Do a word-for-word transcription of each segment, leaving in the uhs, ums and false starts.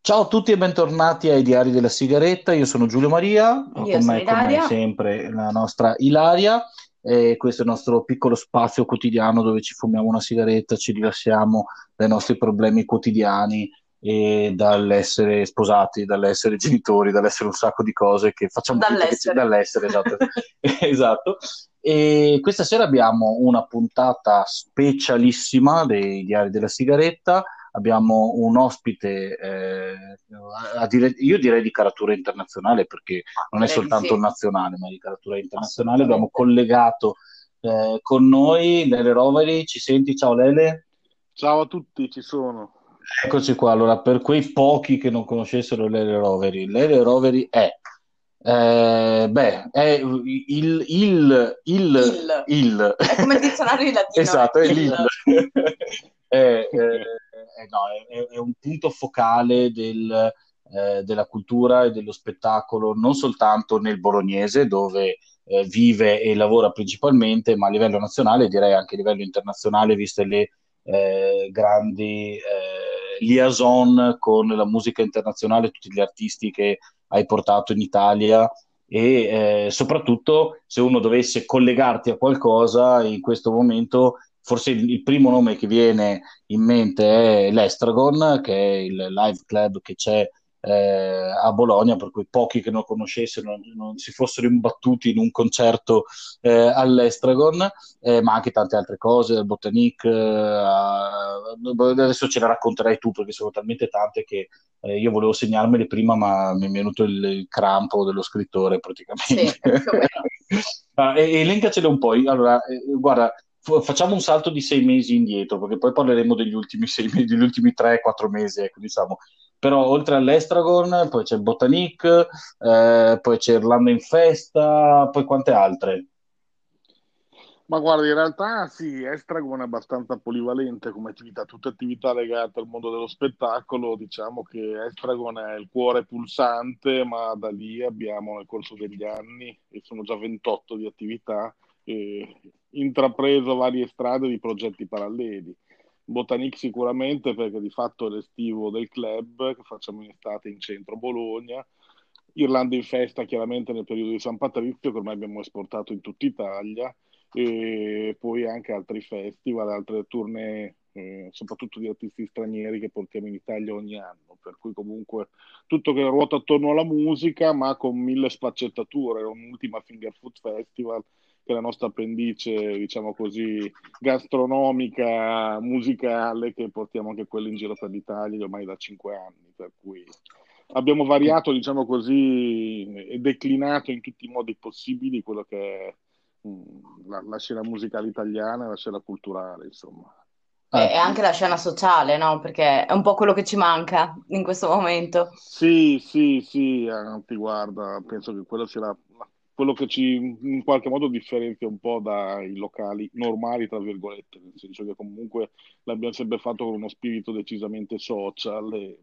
Ciao a tutti e bentornati ai Diari della Sigaretta. Io sono Giulio Maria, ho Io con sono me, come Ilaria. sempre, la nostra Ilaria. E questo è il nostro piccolo spazio quotidiano dove ci fumiamo una sigaretta, ci rilassiamo dai nostri problemi quotidiani e dall'essere sposati, dall'essere genitori, dall'essere un sacco di cose che facciamo finta che ci... Dall'essere. dall'essere, esatto. Esatto. E questa sera abbiamo una puntata specialissima dei Diari della Sigaretta. Abbiamo un ospite, eh, a dire- io direi di caratura internazionale perché non è Direi di soltanto sì, nazionale, ma di caratura internazionale. Abbiamo assolutamente. collegato eh, con noi Lele Roveri. Ci senti? Ciao Lele. Ciao a tutti, ci sono. Eccoci qua. Allora, per quei pochi che non conoscessero Lele Roveri, Lele Roveri è, eh, beh, è il, il, il, Il. il, È come il dizionario di latino, è esatto, è il. l'il. È, eh, è- no, è- è un punto focale del, eh, della cultura e dello spettacolo, non soltanto nel bolognese, dove eh, vive e lavora principalmente, ma a livello nazionale, direi anche a livello internazionale, viste le eh, grandi eh, liaison con la musica internazionale, tutti gli artisti che hai portato in Italia e eh, soprattutto se uno dovesse collegarti a qualcosa in questo momento, forse il, il primo nome che viene in mente è l'Estragon, che è il live club che c'è eh, a Bologna, per cui pochi che non conoscessero non, non si fossero imbattuti in un concerto eh, all'Estragon, eh, ma anche tante altre cose, al Botanique, eh, adesso ce le racconterai tu perché sono talmente tante che eh, io volevo segnarmele prima, ma mi è venuto il, il crampo dello scrittore praticamente. Sì, più o meno. Ah, e- elencacele un po'. Allora, eh, guarda, f- facciamo un salto di sei mesi indietro, perché poi parleremo degli ultimi sei mesi, degli ultimi tre quattro mesi, ecco, diciamo. Però oltre all'Estragon, poi c'è il Botanique, eh, poi c'è Irlanda in Festa, poi quante altre? Ma guarda, in realtà sì, Estragon è abbastanza polivalente come attività, tutte attività legate al mondo dello spettacolo. Diciamo che Estragon è il cuore pulsante, ma da lì abbiamo nel corso degli anni, e sono già ventotto di attività, eh, intrapreso varie strade di progetti paralleli. Botanique sicuramente perché di fatto è l'estivo del club che facciamo in estate in centro Bologna. Irlanda in festa chiaramente nel periodo di San Patrizio che ormai abbiamo esportato in tutta Italia, e poi anche altri festival, altre tournée, eh, soprattutto di artisti stranieri che portiamo in Italia ogni anno, per cui comunque tutto che ruota attorno alla musica, ma con mille sfaccettature. Un'ultima Finger Food Festival, che è la nostra appendice, diciamo così, gastronomica, musicale, che portiamo anche quella in giro per l'Italia ormai da cinque anni, per cui abbiamo variato, diciamo così, e declinato in tutti i modi possibili quello che è mh, la, la scena musicale italiana e la scena culturale, insomma. Ah, E, e anche la scena sociale, no? Perché è un po' quello che ci manca in questo momento. sì, sì, sì, anzi, guarda, penso che quello sia la- la- quello che ci in qualche modo differenzia un po' dai locali normali, tra virgolette, nel senso che comunque l'abbiamo sempre fatto con uno spirito decisamente social e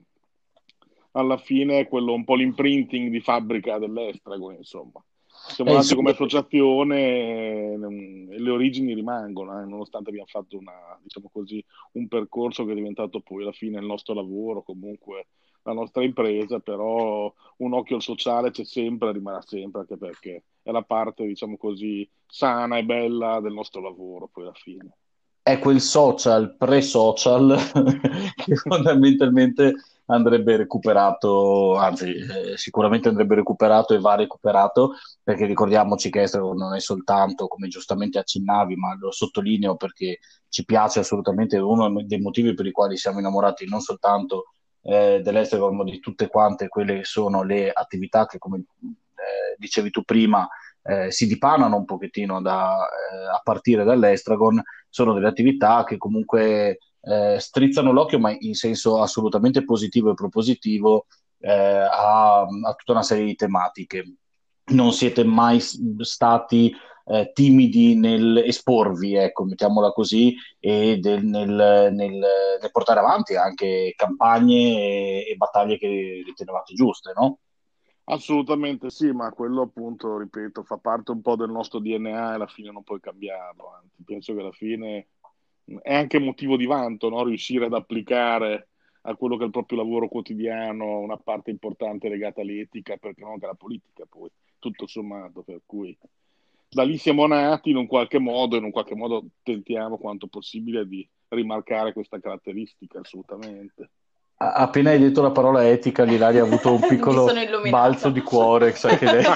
alla fine è quello un po' l'imprinting di fabbrica dell'Estragon, insomma. Siamo Eh, nati come sì, associazione. associazione ehm, e le origini rimangono, eh, nonostante abbiamo fatto una, diciamo così, un percorso che è diventato poi alla fine il nostro lavoro, comunque la nostra impresa, però un occhio al sociale c'è sempre e rimarrà sempre, anche perché è la parte, diciamo così, sana e bella del nostro lavoro, poi alla fine. È quel social pre-social che fondamentalmente andrebbe recuperato, anzi, eh, sicuramente andrebbe recuperato e va recuperato, perché ricordiamoci che Estero non è soltanto, come giustamente accennavi, ma lo sottolineo perché ci piace assolutamente, è uno dei motivi per i quali siamo innamorati non soltanto eh, dell'Estero, ma di tutte quante quelle che sono le attività che, come eh, dicevi tu prima, eh, si dipanano un pochettino da, eh, a partire dall'Estragon. Sono delle attività che comunque eh, strizzano l'occhio, ma in senso assolutamente positivo e propositivo, eh, a, a tutta una serie di tematiche. Non siete mai s- stati eh, timidi nell'esporvi, ecco, mettiamola così, e del- nel, nel- nel portare avanti anche campagne e, e battaglie che ritenevate giuste, no? Assolutamente sì, ma quello appunto, ripeto, fa parte un po' del nostro D N A e alla fine non puoi cambiarlo. Anzi, penso che alla fine è anche motivo di vanto, no? Riuscire ad applicare a quello che è il proprio lavoro quotidiano, una parte importante legata all'etica, perché non anche alla politica poi, tutto sommato, per cui da lì siamo nati in un qualche modo, in un qualche modo tentiamo quanto possibile di rimarcare questa caratteristica, assolutamente. A- Appena hai detto la parola etica, l'Ilaria ha avuto un Mi sono piccolo balzo illuminata. di cuore, sa che lei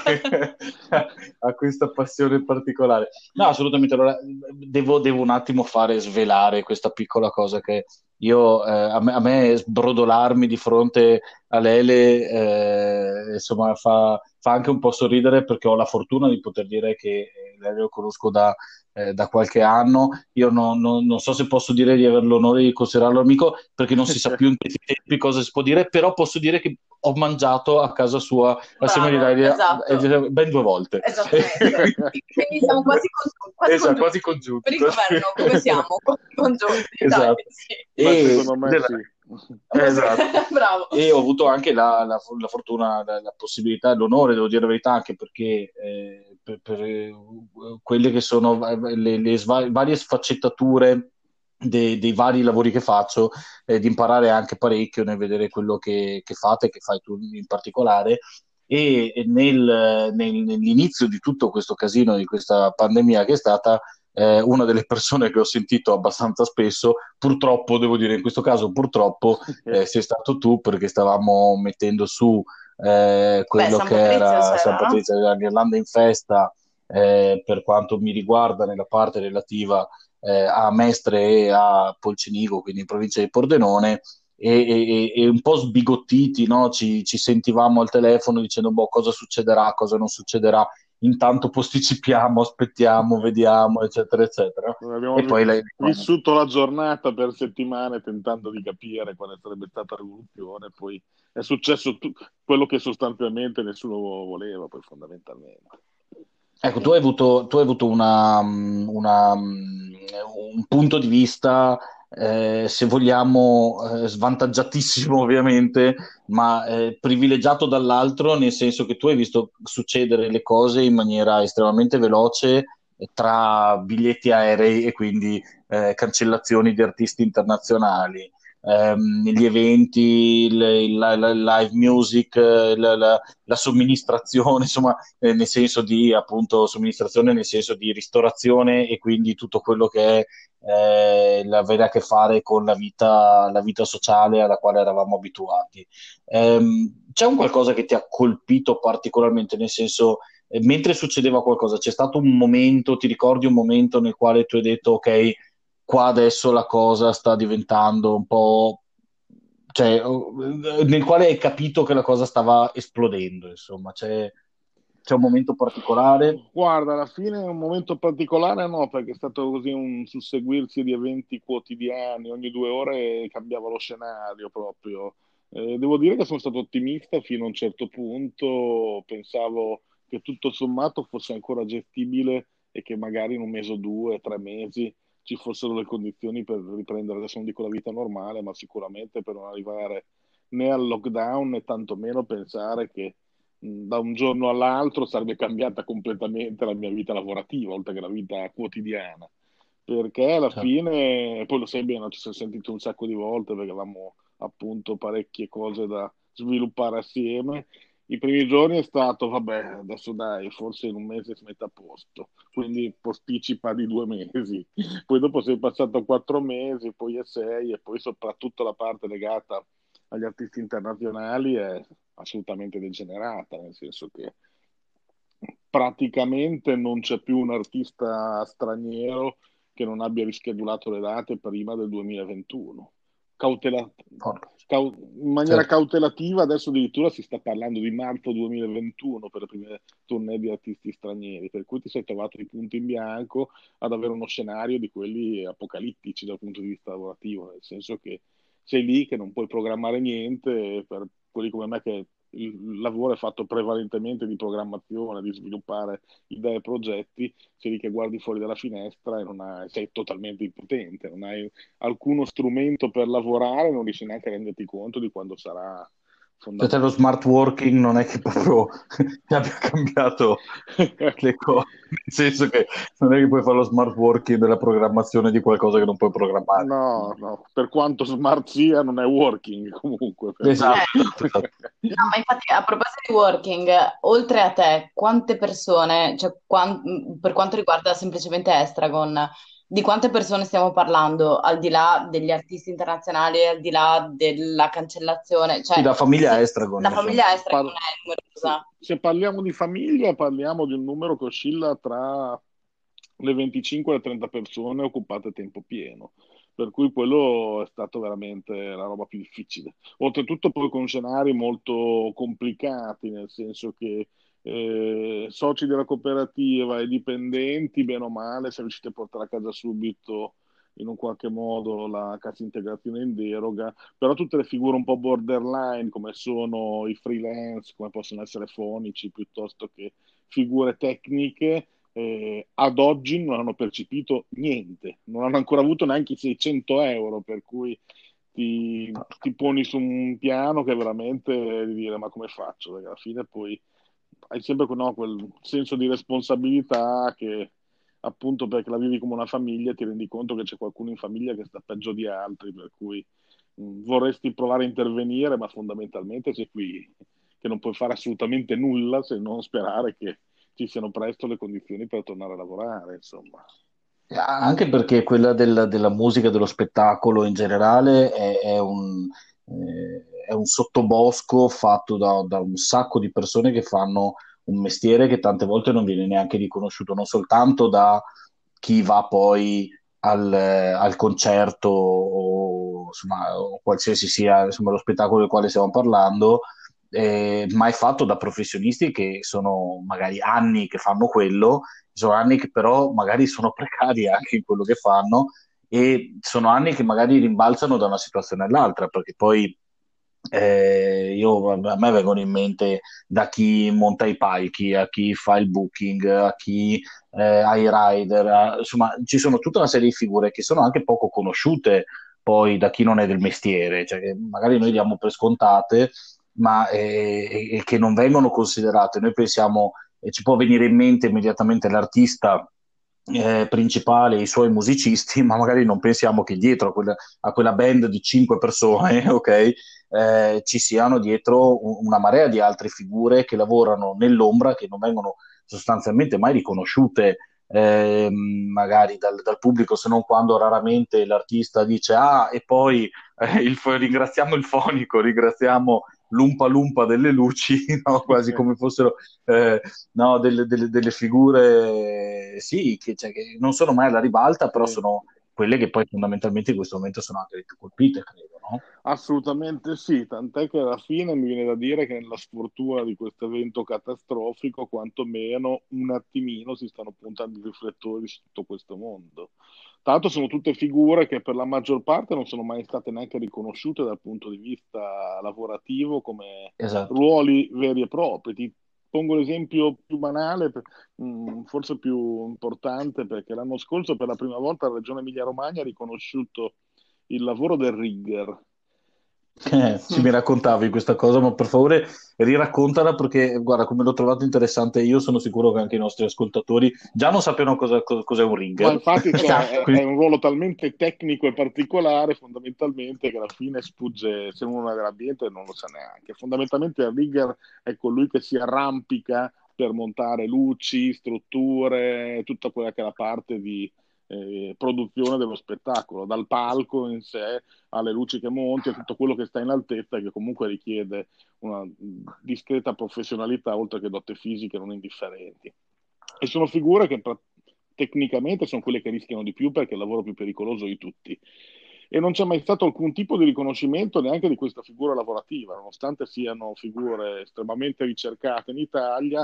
ha questa passione particolare. No, assolutamente. Allora, devo, devo un attimo fare svelare questa piccola cosa che io, eh, a me, a me sbrodolarmi di fronte a Lele, eh, insomma, fa, fa anche un po' sorridere perché ho la fortuna di poter dire che eh, Lele lo conosco da, eh, da qualche anno. Io non, non- non so se posso dire di avere l'onore di considerarlo amico perché non si sa più in questi tempi cosa si può dire, però posso dire che ho mangiato a casa sua assieme Bravo, all'Ilaria esatto. eh, ben due volte. Esattamente. Quindi siamo quasi, con- quasi Esatto, congiunti. quasi congiunti. Per il governo, come siamo? Quasi congiunti, dai, Esatto. sì. Beh, E, secondo me della- sì. esatto. Bravo. E ho avuto anche la, la- la fortuna, la, la possibilità, l'onore, devo dire la verità, anche perché eh, per, per, eh, quelle che sono le, le sva- varie sfaccettature dei, dei vari lavori che faccio, eh, di imparare anche parecchio nel vedere quello che, che fate, che fai tu in particolare. E e nel- nel- nell'inizio di tutto questo casino, di questa pandemia che è stata, eh, una delle persone che ho sentito abbastanza spesso, purtroppo, devo dire in questo caso purtroppo, eh, sei stato tu perché stavamo mettendo su eh, Beh, quello San che Patrizio era San c'era, no? Patrizio dell'Irlanda in festa, eh, per quanto mi riguarda nella parte relativa eh, a Mestre e a Polcinigo, quindi in provincia di Pordenone, e, e- e un po' sbigottiti, no? Ci, ci sentivamo al telefono dicendo boh, cosa succederà, cosa non succederà. Intanto posticipiamo, aspettiamo, vediamo, eccetera, eccetera. Abbiamo E vi- poi lei, vissuto la giornata per settimane tentando di capire quale sarebbe stata la rivoluzione, poi è successo tu- quello che sostanzialmente nessuno voleva, poi fondamentalmente. ecco, tu hai avuto, tu hai avuto una, una- un punto di vista, eh, se vogliamo, eh, svantaggiatissimo ovviamente, ma eh, privilegiato dall'altro, nel senso che tu hai visto succedere le cose in maniera estremamente veloce eh, tra biglietti aerei e quindi eh, cancellazioni di artisti internazionali. ehm, gli eventi, il, il- la, la- live music, eh, la, la- la somministrazione, insomma, eh, nel senso di appunto somministrazione, nel senso di ristorazione e quindi tutto quello che è eh, avere a che fare con la vita, la vita sociale alla quale eravamo abituati. Ehm, c'è un qualcosa che ti ha colpito particolarmente, nel senso, eh, mentre succedeva qualcosa, c'è stato un momento, ti ricordi un momento nel quale tu hai detto, ok, qua adesso la cosa sta diventando un po', cioè, eh, nel quale hai capito che la cosa stava esplodendo, insomma, c'è, c'è un momento particolare? Guarda, alla fine è un momento particolare no, perché è stato così un susseguirsi di eventi quotidiani, ogni due ore cambiava lo scenario proprio. Eh, devo dire che sono stato ottimista fino a un certo punto, pensavo che tutto sommato fosse ancora gestibile e che magari in un mese o due, tre mesi ci fossero le condizioni per riprendere, adesso non dico la vita normale, ma sicuramente per non arrivare né al lockdown né tantomeno pensare che mh, da un giorno all'altro sarebbe cambiata completamente la mia vita lavorativa, oltre che la vita quotidiana. Perché alla Cioè, fine, poi lo sai bene, ci siamo sentiti un sacco di volte perché avevamo appunto parecchie cose da sviluppare assieme. I primi giorni è stato, vabbè, adesso dai, forse in un mese si mette a posto, quindi posticipa di due mesi. Poi dopo sei passato a quattro mesi, poi a sei, e poi soprattutto la parte legata agli artisti internazionali è assolutamente degenerata, nel senso che praticamente non c'è più un artista straniero che non abbia rischedulato le date prima del duemilaventuno. Cautela- porca- cau- in maniera certo. cautelativa, adesso addirittura si sta parlando di marzo duemilaventuno per le prime tournée di artisti stranieri, per cui ti sei trovato di punto in bianco ad avere uno scenario di quelli apocalittici dal punto di vista lavorativo, nel senso che sei lì che non puoi programmare niente, per quelli come me che il lavoro è fatto prevalentemente di programmazione, di sviluppare idee e progetti, sei lì che guardi fuori dalla finestra e non hai, sei totalmente impotente, non hai alcuno strumento per lavorare, non riesci neanche a renderti conto di quando sarà Per te lo smart working non è che proprio ti abbia cambiato le cose, nel senso che non è che puoi fare lo smart working della programmazione di qualcosa che non puoi programmare. No, no, per quanto smart sia, non è working comunque, per cui... Esatto, Eh, esatto, esatto. no, ma infatti a proposito di working, oltre a te, quante persone, cioè quan- per quanto riguarda semplicemente Estragon, di quante persone stiamo parlando, al di là degli artisti internazionali, al di là della cancellazione, Sì, cioè la famiglia se- Estragon, la insomma. famiglia Estragon Par- è sì. numerosa. Se parliamo di famiglia, parliamo di un numero che oscilla tra le venticinque e le trenta persone occupate a tempo pieno. Per cui quello è stato veramente la roba più difficile. Oltretutto poi con scenari molto complicati, nel senso che eh, soci della cooperativa e dipendenti, bene o male, se riuscite a portare a casa subito in un qualche modo la cassa integrazione in deroga, però tutte le figure un po' borderline, come sono i freelance, come possono essere fonici, piuttosto che figure tecniche, eh, ad oggi non hanno percepito niente, non hanno ancora avuto neanche i seicento euro, per cui ti, ti poni su un piano che è veramente di dire ma come faccio? Perché alla fine poi hai sempre no, quel senso di responsabilità che appunto perché la vivi come una famiglia ti rendi conto che c'è qualcuno in famiglia che sta peggio di altri, per cui mh, vorresti provare a intervenire, ma fondamentalmente sei qui che non puoi fare assolutamente nulla se non sperare che ci siano presto le condizioni per tornare a lavorare, insomma. Anche perché quella del- della musica, dello spettacolo in generale è, è un, eh, è un sottobosco fatto da, da un sacco di persone che fanno un mestiere che tante volte non viene neanche riconosciuto, non soltanto da chi va poi al, al concerto o, insomma, o qualsiasi sia insomma, lo spettacolo del quale stiamo parlando, eh, ma è fatto da professionisti che sono magari anni che fanno quello, sono anni che però magari sono precari anche in quello che fanno e sono anni che magari rimbalzano da una situazione all'altra, perché poi eh, io, a me vengono in mente da chi monta i palchi, a chi fa il booking, a chi eh, ha i rider, a- insomma ci sono tutta una serie di figure che sono anche poco conosciute poi da chi non è del mestiere, cioè che magari noi Sì, diamo per scontate, ma eh, e- e che non vengono considerate. Noi pensiamo, e ci può venire in mente immediatamente l'artista eh, principale, i suoi musicisti, ma magari non pensiamo che dietro a quella, a quella band di cinque persone, ok, eh, ci siano dietro un- una marea di altre figure che lavorano nell'ombra, che non vengono sostanzialmente mai riconosciute eh, magari dal, dal pubblico, se non quando raramente l'artista dice ah, e poi eh, il, ringraziamo il fonico, ringraziamo l'umpa lumpa delle luci, no? Quasi come fossero eh, no, delle, delle- delle figure, sì, che, cioè, che non sono mai alla ribalta, però sì. sono quelle che poi fondamentalmente in questo momento sono anche le più colpite, credo, no? Assolutamente sì, tant'è che alla fine mi viene da dire che nella sfortuna di questo evento catastrofico, quantomeno un attimino si stanno puntando i riflettori su tutto questo mondo. Tra l'altro sono tutte figure che per la maggior parte non sono mai state neanche riconosciute dal punto di vista lavorativo come Esatto. ruoli veri e propri. Ti pongo l'esempio più banale, per- mh, forse più importante, perché l'anno scorso per la prima volta la Regione Emilia-Romagna ha riconosciuto il lavoro del rigger. Eh, ci mi Mm. raccontavi questa cosa, ma per favore riraccontala perché, guarda, come l'ho trovato interessante io, sono sicuro che anche i nostri ascoltatori già non sappiano cosa, cosa- cos'è un Ma rigger. infatti, cioè, è, Esatto. è Quindi, un ruolo talmente tecnico e particolare, fondamentalmente, che alla fine sfugge, se uno non è dell'ambiente non lo sa neanche. Fondamentalmente il rigger è colui che si arrampica per montare luci, strutture, tutta quella che è la parte di eh, produzione dello spettacolo, dal palco in sé alle luci che monti, a tutto quello che sta in altezza e che comunque richiede una discreta professionalità, oltre che dote fisiche non indifferenti. E sono figure che pra- tecnicamente sono quelle che rischiano di più perché è il lavoro più pericoloso di tutti. E non c'è mai stato alcun tipo di riconoscimento neanche di questa figura lavorativa, nonostante siano figure estremamente ricercate in Italia.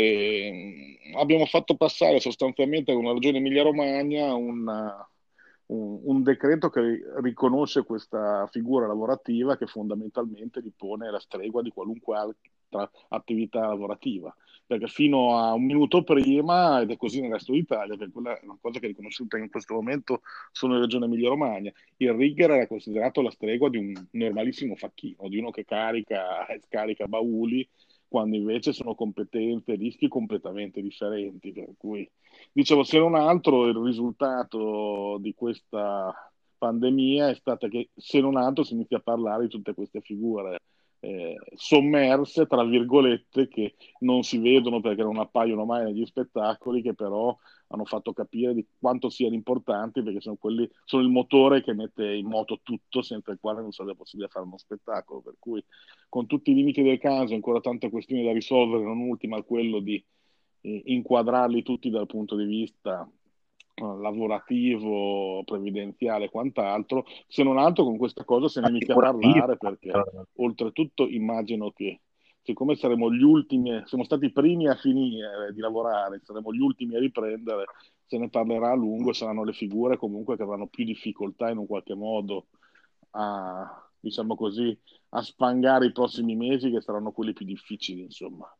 E abbiamo fatto passare sostanzialmente con la Regione Emilia-Romagna una- un, un decreto che riconosce questa figura lavorativa che fondamentalmente li pone alla stregua di qualunque al- un'altra attività lavorativa, perché fino a un minuto prima, ed è così nel resto d'Italia, perché quella è una cosa che è riconosciuta in questo momento solo in Regione Emilia-Romagna, il rigger era considerato la stregua di un normalissimo facchino, di uno che carica e scarica bauli, quando invece sono competenze e rischi completamente differenti. Per cui, dicevo, se non altro, il risultato di questa pandemia è stata che, se non altro, si inizia a parlare di tutte queste figure eh, sommerse, tra virgolette, che non si vedono perché non appaiono mai negli spettacoli, che però hanno fatto capire di quanto siano importanti, perché sono quelli, sono il motore che mette in moto tutto, senza il quale non sarebbe possibile fare uno spettacolo. Per cui, con tutti i limiti del caso, ancora tante questioni da risolvere, non ultima quello di eh, inquadrarli tutti dal punto di vista eh, lavorativo, previdenziale e quant'altro. Se non altro, con questa cosa se ne inizia a Assicurativo. parlare, perché oltretutto immagino che, siccome saremo gli ultimi, siamo stati i primi a finire di lavorare, saremo gli ultimi a riprendere, se ne parlerà a lungo, saranno le figure comunque che avranno più difficoltà in un qualche modo a, diciamo così, a spangare i prossimi mesi, che saranno quelli più difficili, insomma.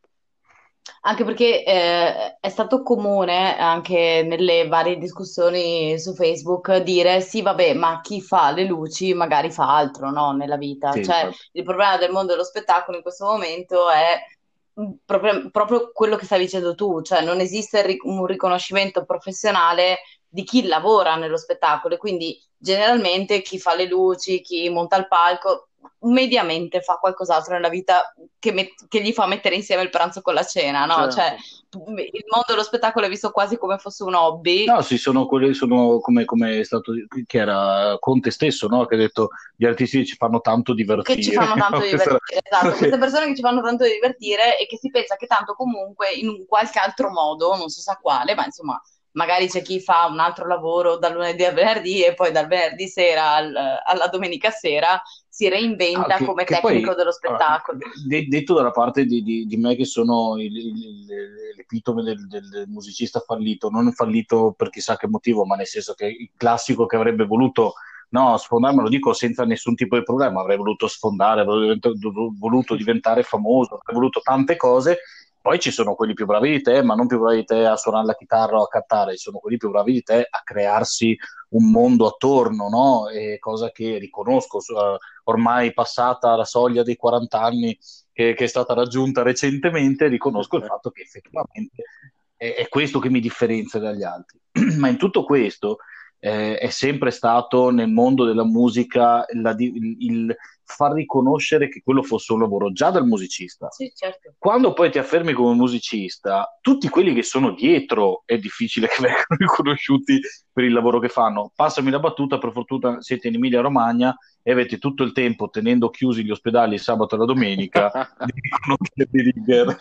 Anche perché eh, è stato comune anche nelle varie discussioni su Facebook dire sì, vabbè, ma chi fa le luci magari fa altro, no, nella vita. Sì, Cioè, infatti. il problema del mondo dello spettacolo in questo momento è mm, proprio, proprio quello che stai dicendo tu, cioè non esiste il ric- un riconoscimento professionale di chi lavora nello spettacolo e quindi generalmente chi fa le luci, chi monta il palco, mediamente fa qualcos'altro nella vita che, met- che gli fa mettere insieme il pranzo con la cena, no? Cioè, Certo. il mondo dello spettacolo è visto quasi come fosse un hobby No, sì, sono quelli, sono come, come è stato, che era Conte stesso, no? Che ha detto gli artisti ci fanno tanto che ci divertire. fanno tanto No? Questa era- divertire, esatto, che- queste persone che ci fanno tanto divertire e che si pensa che tanto comunque in un qualche altro modo, non si sa quale, ma insomma, magari c'è chi fa un altro lavoro dal lunedì al venerdì e poi dal venerdì sera al- alla domenica sera si Ah, reinventa che, come che tecnico poi, dello allora, spettacolo. de- detto dalla parte di, di- di me che sono il- il- il- l'epitome del, del- del musicista fallito, non fallito per chissà che motivo, ma nel senso che il classico che avrebbe voluto, no, sfondare, me lo dico senza nessun tipo di problema, avrei voluto sfondare, avrei voluto voluto diventare famoso, avrei voluto tante cose. Poi ci sono quelli più bravi di te, ma non più bravi di te a suonare la chitarra o a cantare, ci sono quelli più bravi di te a crearsi un mondo attorno, no? E cosa che riconosco, su- eh, ormai passata la soglia dei quaranta anni che, che è stata raggiunta recentemente, riconosco il fatto che effettivamente è, è questo che mi differenzia dagli altri. Ma in tutto questo eh, è sempre stato nel mondo della musica la di- il, il far riconoscere che quello fosse un lavoro già dal musicista. Sì, certo. Quando poi ti affermi come musicista, tutti quelli che sono dietro è difficile che vengano riconosciuti per il lavoro che fanno. Passami la battuta, per fortuna siete in Emilia-Romagna e avete tutto il tempo, tenendo chiusi gli ospedali il sabato e la domenica, di riconoscere i rigger.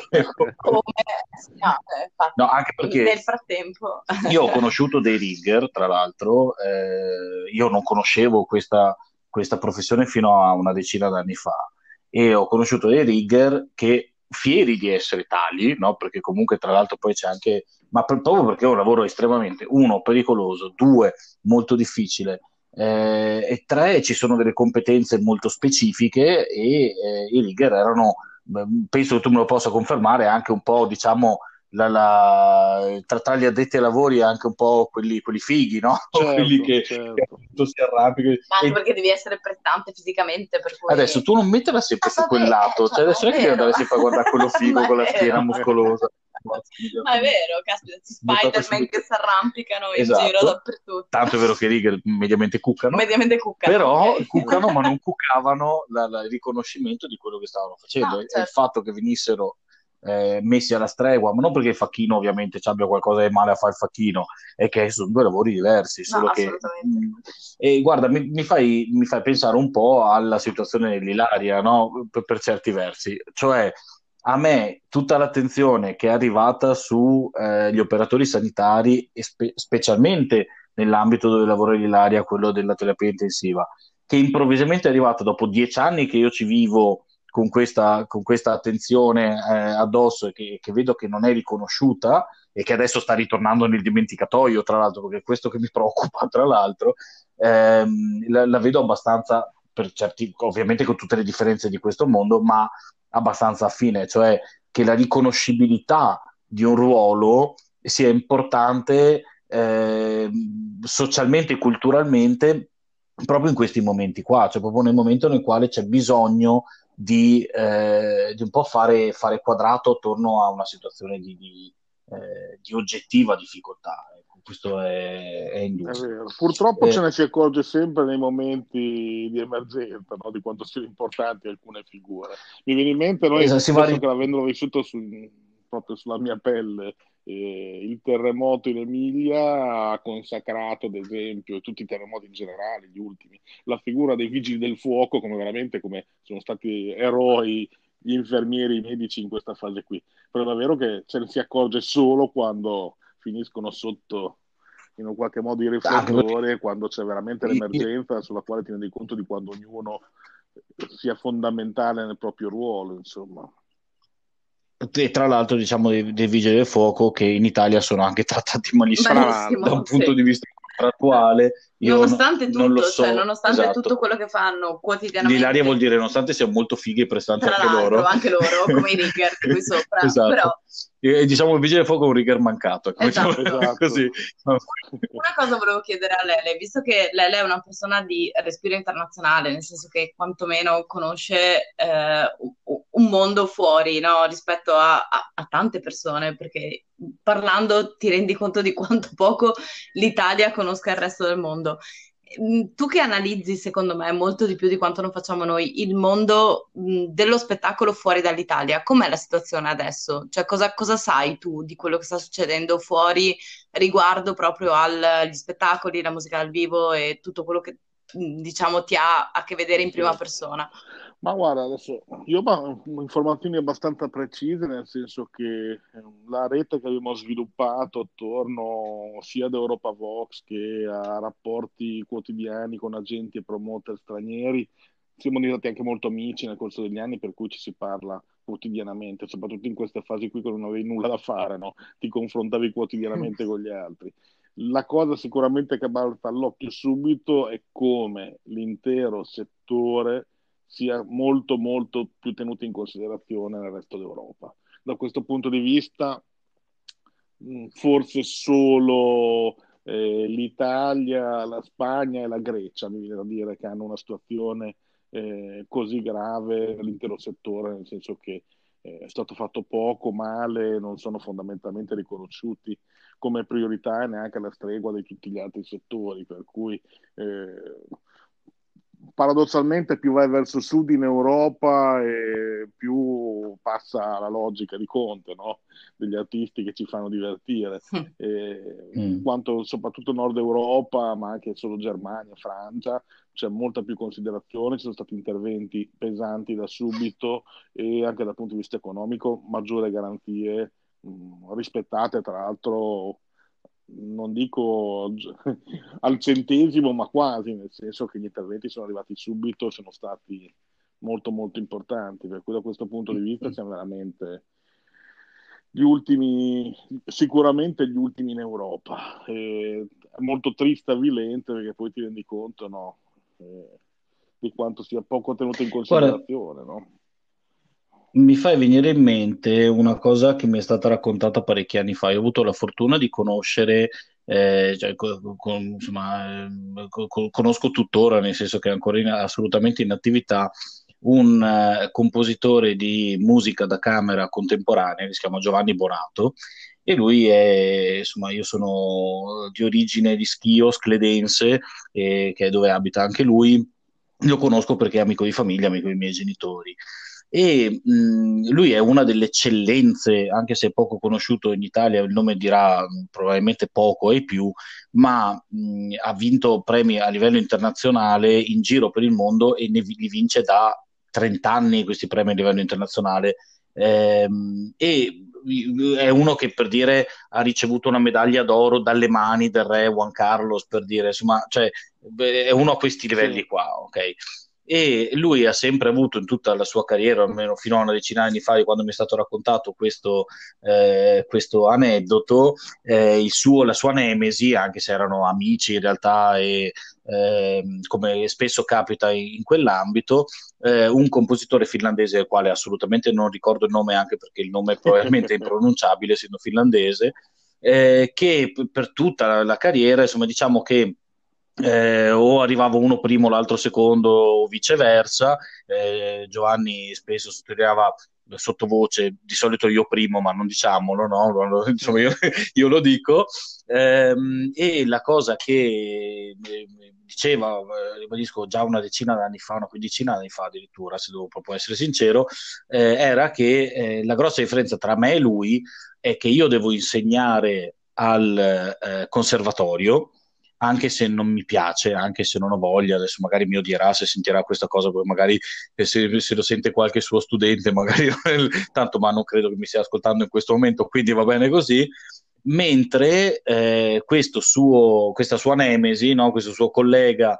Come, sì, no, eh, No, infatti, anche in- perché nel frattempo. io ho conosciuto dei rigger, tra l'altro, eh, io non conoscevo questa, questa professione fino a una decina d'anni fa e ho conosciuto dei rigger che, fieri di essere tali, no? Perché comunque tra l'altro poi c'è anche, ma per- proprio perché è un lavoro estremamente, uno, pericoloso, due, molto difficile, eh, e tre, ci sono delle competenze molto specifiche e eh, i rigger erano, beh, penso che tu me lo possa confermare, anche un po', diciamo, la, la- tra, tra gli addetti ai lavori anche un po' quelli, quelli fighi, no? Quelli Certo, che, che certo. appunto si arrampicano. Ma anche E perché devi essere prestante fisicamente, per adesso cui... tu non metterla sempre Ah, su quel vabbè, lato, cioè, cioè ma adesso è non è che devi vero, andare sempre a guardare quello figo ma con è la schiena vero, muscolosa. ma è vero, caspita, questi Buttata Spider-Man subito. che si arrampicano in giro Esatto, dappertutto. tanto è vero che i righe mediamente cuccano, Mediamente cuccano, però ok. cuccano ma non cuccavano la- la- il riconoscimento di quello che stavano facendo No, e, e il certo. fatto che venissero eh, messi alla stregua, ma non perché il facchino ovviamente ci abbia qualcosa di male a fare il facchino, è che sono due lavori diversi, No, solo che assolutamente. mh, e guarda, mi, mi fai, mi fai pensare un po' alla situazione dell'Ilaria, no? Per, per certi versi, cioè a me tutta l'attenzione che è arrivata sugli operatori sanitari, e spe- specialmente nell'ambito dove lavora l'Ilaria, quello della terapia intensiva, che improvvisamente è arrivata dopo dieci anni che io ci vivo con questa, con questa attenzione eh, addosso e che, che vedo che non è riconosciuta e che adesso sta ritornando nel dimenticatoio, tra l'altro, perché è questo che mi preoccupa, tra l'altro, ehm, la, la vedo abbastanza, per certi, ovviamente con tutte le differenze di questo mondo, ma abbastanza affine, cioè che la riconoscibilità di un ruolo sia importante eh, socialmente e culturalmente proprio in questi momenti qua, cioè proprio nel momento nel quale c'è bisogno di, eh, di un po' fare, fare quadrato attorno a una situazione di, di, eh, di oggettiva difficoltà. Ecco, questo è, è È indubbio. vero. Purtroppo Eh, ce ne si accorge sempre nei momenti di emergenza, no? Di quanto siano importanti alcune figure. Mi viene in mente, noi eh, si va adesso ri- che l'avendo vissuto su- proprio sulla mia pelle, eh, il terremoto in Emilia ha consacrato, ad esempio, e tutti i terremoti in generale, gli ultimi, la figura dei vigili del fuoco come veramente come sono stati eroi gli infermieri, i medici in questa fase qui. Però è vero che ce ne si accorge solo quando finiscono sotto in un qualche modo i anche riflettori quando c'è veramente perché l'emergenza sulla quale ti rendi conto di quando ognuno sia fondamentale nel proprio ruolo, insomma. e tra l'altro diciamo dei, dei vigili del fuoco che in Italia sono anche trattati Tra malissimo da un Malissimo, l'altro, punto sì. di vista contrattuale. Io no- Nonostante non lo tutto, cioè so nonostante tutto esatto. quello che fanno L'ilaria vuol quotidianamente, dire nonostante siano molto fighi e prestanti tra anche l'altro, loro. anche loro, come i rigger di qui sopra, però, Esatto. E, diciamo il vigile del fuoco è un rigger mancato, ecco, mettiamola esatto. esatto. così. Una cosa volevo chiedere a Lele, visto che Lele è una persona di respiro internazionale, nel senso che quantomeno conosce eh, u- un mondo fuori, no, rispetto a, a- a tante persone, perché parlando ti rendi conto di quanto poco l'Italia conosca il resto del mondo. Mm, Tu che analizzi, secondo me, molto di più di quanto non facciamo noi, il mondo, mm, dello spettacolo fuori dall'Italia, com'è la situazione adesso? Cioè, cosa, cosa sai tu di quello che sta succedendo fuori riguardo proprio al- agli spettacoli, la musica dal vivo e tutto quello che, mh, diciamo, ti ha a che vedere in prima Sì. persona? Ma guarda, adesso io ho informazioni abbastanza precise, nel senso che eh, la rete che abbiamo sviluppato attorno sia ad Europa Vox che a rapporti quotidiani con agenti e promoter stranieri, siamo diventati anche molto amici nel corso degli anni, per cui ci si parla quotidianamente, soprattutto in queste fasi qui quando non avevi nulla da fare, no? Ti confrontavi quotidianamente con gli altri. La cosa sicuramente che balza all'occhio subito è come l'intero settore sia molto molto più tenuto in considerazione nel resto d'Europa. Da questo punto di vista, mh, forse solo eh, l'Italia, la Spagna e la Grecia, mi viene da dire, che hanno una situazione eh, così grave nell'intero settore, nel senso che eh, è stato fatto poco, male, non sono fondamentalmente riconosciuti come priorità e neanche alla stregua di tutti gli altri settori, per cui eh, paradossalmente più vai verso sud in Europa e più passa la logica di Conte, no? Degli artisti che ci fanno divertire. E Mm. quanto soprattutto Nord Europa, ma anche solo Germania, Francia, c'è molta più considerazione, ci sono stati interventi pesanti da subito e anche dal punto di vista economico maggiori garanzie mh, rispettate tra l'altro non dico al centesimo, ma quasi, nel senso che gli interventi sono arrivati subito, sono stati molto molto importanti, per cui da questo punto di vista siamo veramente gli ultimi, sicuramente gli ultimi in Europa. E è molto triste e avvilente perché poi ti rendi conto, no, eh, di quanto sia poco tenuto in Guarda, considerazione, no? mi fai venire in mente una cosa che mi è stata raccontata parecchi anni fa. Io ho avuto la fortuna di conoscere, eh, cioè, co- co- insomma, eh, co- co- conosco tuttora, nel senso che è ancora in- assolutamente in attività, un eh, compositore di musica da camera contemporanea che si chiama Giovanni Bonato. E lui è, insomma, io sono di origine di Schio, scledense, eh, che è dove abita anche lui. Lo conosco perché è amico di famiglia, amico dei miei genitori e mh, lui è una delle eccellenze, anche se è poco conosciuto in Italia, il nome dirà mh, probabilmente poco e più, ma mh, ha vinto premi a livello internazionale in giro per il mondo e ne vi- li vince da trenta anni questi premi a livello internazionale. Ehm, e è uno che per dire ha ricevuto una medaglia d'oro dalle mani del re Juan Carlos, per dire, insomma, cioè, beh, è uno a questi Sì. livelli qua, ok? E lui ha sempre avuto in tutta la sua carriera, almeno fino a una decina di anni fa, di quando mi è stato raccontato questo, eh, questo aneddoto, eh, il suo, la sua nemesi, anche se erano amici in realtà e ehm, come spesso capita in, in quell'ambito, eh, un compositore finlandese del quale assolutamente non ricordo il nome, anche perché il nome probabilmente è impronunciabile essendo finlandese, eh, che p- per tutta la, la carriera, insomma, diciamo che eh, o arrivava uno primo, l'altro secondo, o viceversa. Eh, Giovanni spesso sottolineava sottovoce, di solito io primo, ma non diciamolo, no? Insomma, io, io lo dico. Ehm, e la cosa che eh, diceva, eh, ribadisco, già una decina d'anni fa, una quindicina d'anni fa addirittura, se devo proprio essere sincero, eh, era che eh, la grossa differenza tra me e lui è che io devo insegnare al eh, conservatorio, anche se non mi piace, anche se non ho voglia. Adesso magari mi odierà se sentirà questa cosa, poi magari se, se lo sente qualche suo studente, magari tanto, ma non credo che mi stia ascoltando in questo momento, quindi va bene così. Mentre eh, questo suo, questa sua nemesi, no? Questo suo collega,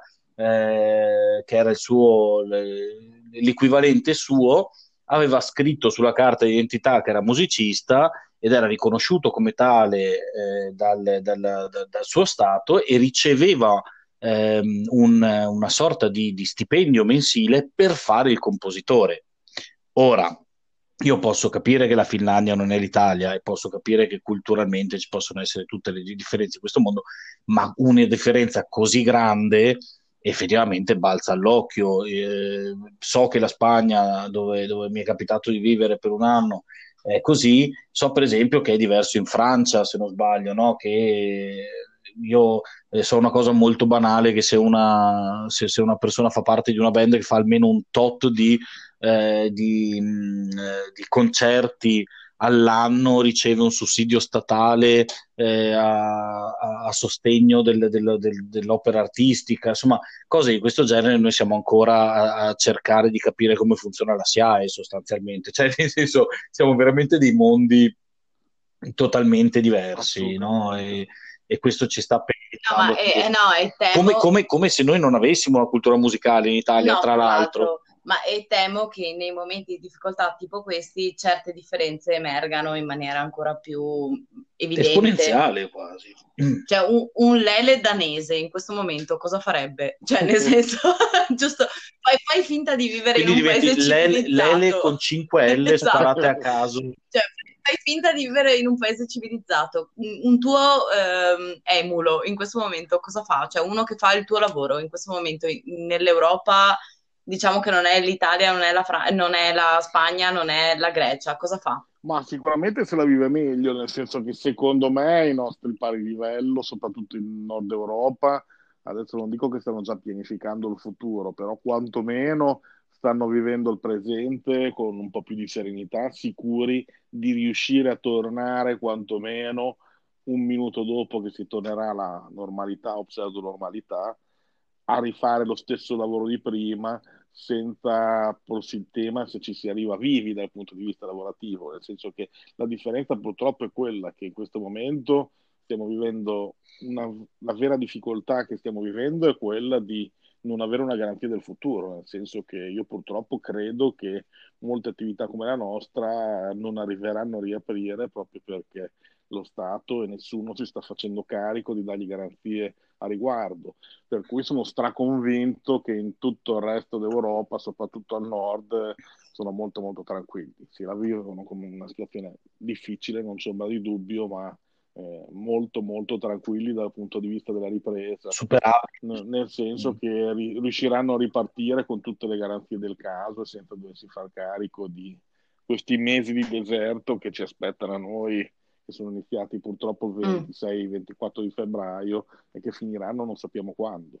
eh, che era il suo, l'equivalente suo, aveva scritto sulla carta d'identità che era musicista ed era riconosciuto come tale eh, dal, dal, dal, dal suo stato, e riceveva ehm, un, una sorta di, di stipendio mensile per fare il compositore. Ora, io posso capire che la Finlandia non è l'Italia e posso capire che culturalmente ci possono essere tutte le differenze in questo mondo, ma una differenza così grande effettivamente balza all'occhio. Eh, so che la Spagna, dove, dove mi è capitato di vivere per un anno, è così. So per esempio che è diverso in Francia, se non sbaglio, no? Che io eh, so una cosa molto banale, che se una, se, se una persona fa parte di una band che fa almeno un tot di, eh, di, mh, eh, di concerti all'anno, riceve un sussidio statale eh, a, a, a sostegno del, del, del, dell'opera artistica, insomma cose di questo genere. Noi siamo ancora a, a cercare di capire come funziona la S I A E sostanzialmente, cioè nel senso siamo veramente dei mondi totalmente diversi, no? E, e questo ci sta No, ma penalizzando eh, eh, no, e come, temo, come, come se noi non avessimo una cultura musicale in Italia, no, tra tra l'altro. l'altro, ma e temo che nei momenti di difficoltà tipo questi certe differenze emergano in maniera ancora più evidente. Esponenziale quasi. Cioè, un, un lele danese in questo momento cosa farebbe? Cioè, nel senso, giusto, fai, fai finta di vivere Quindi in un paese diventi l'ele, civilizzato. l'ele con cinque L Esatto. sparate a caso. Cioè, fai finta di vivere in un paese civilizzato. Un, un tuo ehm, emulo in questo momento cosa fa? Cioè, uno che fa il tuo lavoro in questo momento in- nell'Europa, diciamo che non è l'Italia, non è la, Fra- non è la Spagna, non è la Grecia, cosa fa? Ma sicuramente se la vive meglio, nel senso che secondo me i nostri pari livello, soprattutto in Nord Europa, adesso non dico che stanno già pianificando il futuro, però quantomeno stanno vivendo il presente con un po' più di serenità, sicuri di riuscire a tornare quantomeno un minuto dopo che si tornerà alla normalità o pseudo-normalità, a rifare lo stesso lavoro di prima senza porsi il tema se ci si arriva vivi dal punto di vista lavorativo, nel senso che la differenza purtroppo è quella che in questo momento stiamo vivendo, una, la vera difficoltà che stiamo vivendo è quella di non avere una garanzia del futuro, nel senso che io purtroppo credo che molte attività come la nostra non arriveranno a riaprire proprio perché lo Stato e nessuno si sta facendo carico di dargli garanzie a riguardo. Per cui sono straconvinto che in tutto il resto d'Europa, soprattutto al nord, sono molto molto tranquilli. Si la vivono come una situazione difficile, non c'è ombra di dubbio, ma eh, molto molto tranquilli dal punto di vista della ripresa, Superabili. N- nel senso che ri- riusciranno a ripartire con tutte le garanzie del caso, senza doversi far carico di questi mesi di deserto che ci aspettano a noi, che sono iniziati purtroppo il Mm. ventisei ventiquattro di febbraio e che finiranno non sappiamo quando.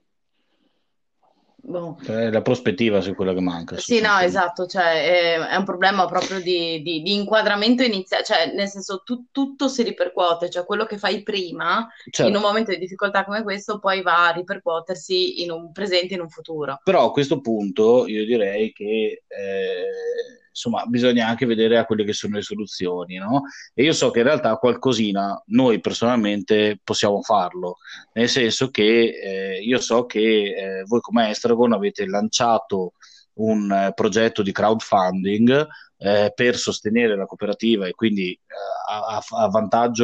Boh. Cioè, la prospettiva è quella che manca. Sì, no, esatto, cioè è, è un problema proprio di, di- di inquadramento iniziale, cioè nel senso tu- tutto si ripercuote, cioè quello che fai prima Certo. in un momento di difficoltà come questo poi va a ripercuotersi in un presente, in un futuro. Però a questo punto io direi che eh, insomma bisogna anche vedere a quelle che sono le soluzioni, no? E io so che in realtà qualcosina noi personalmente possiamo farlo, nel senso che eh, io so che eh, voi come Estragon avete lanciato un eh, progetto di crowdfunding eh, per sostenere la cooperativa, e quindi eh, a, a- a vantaggio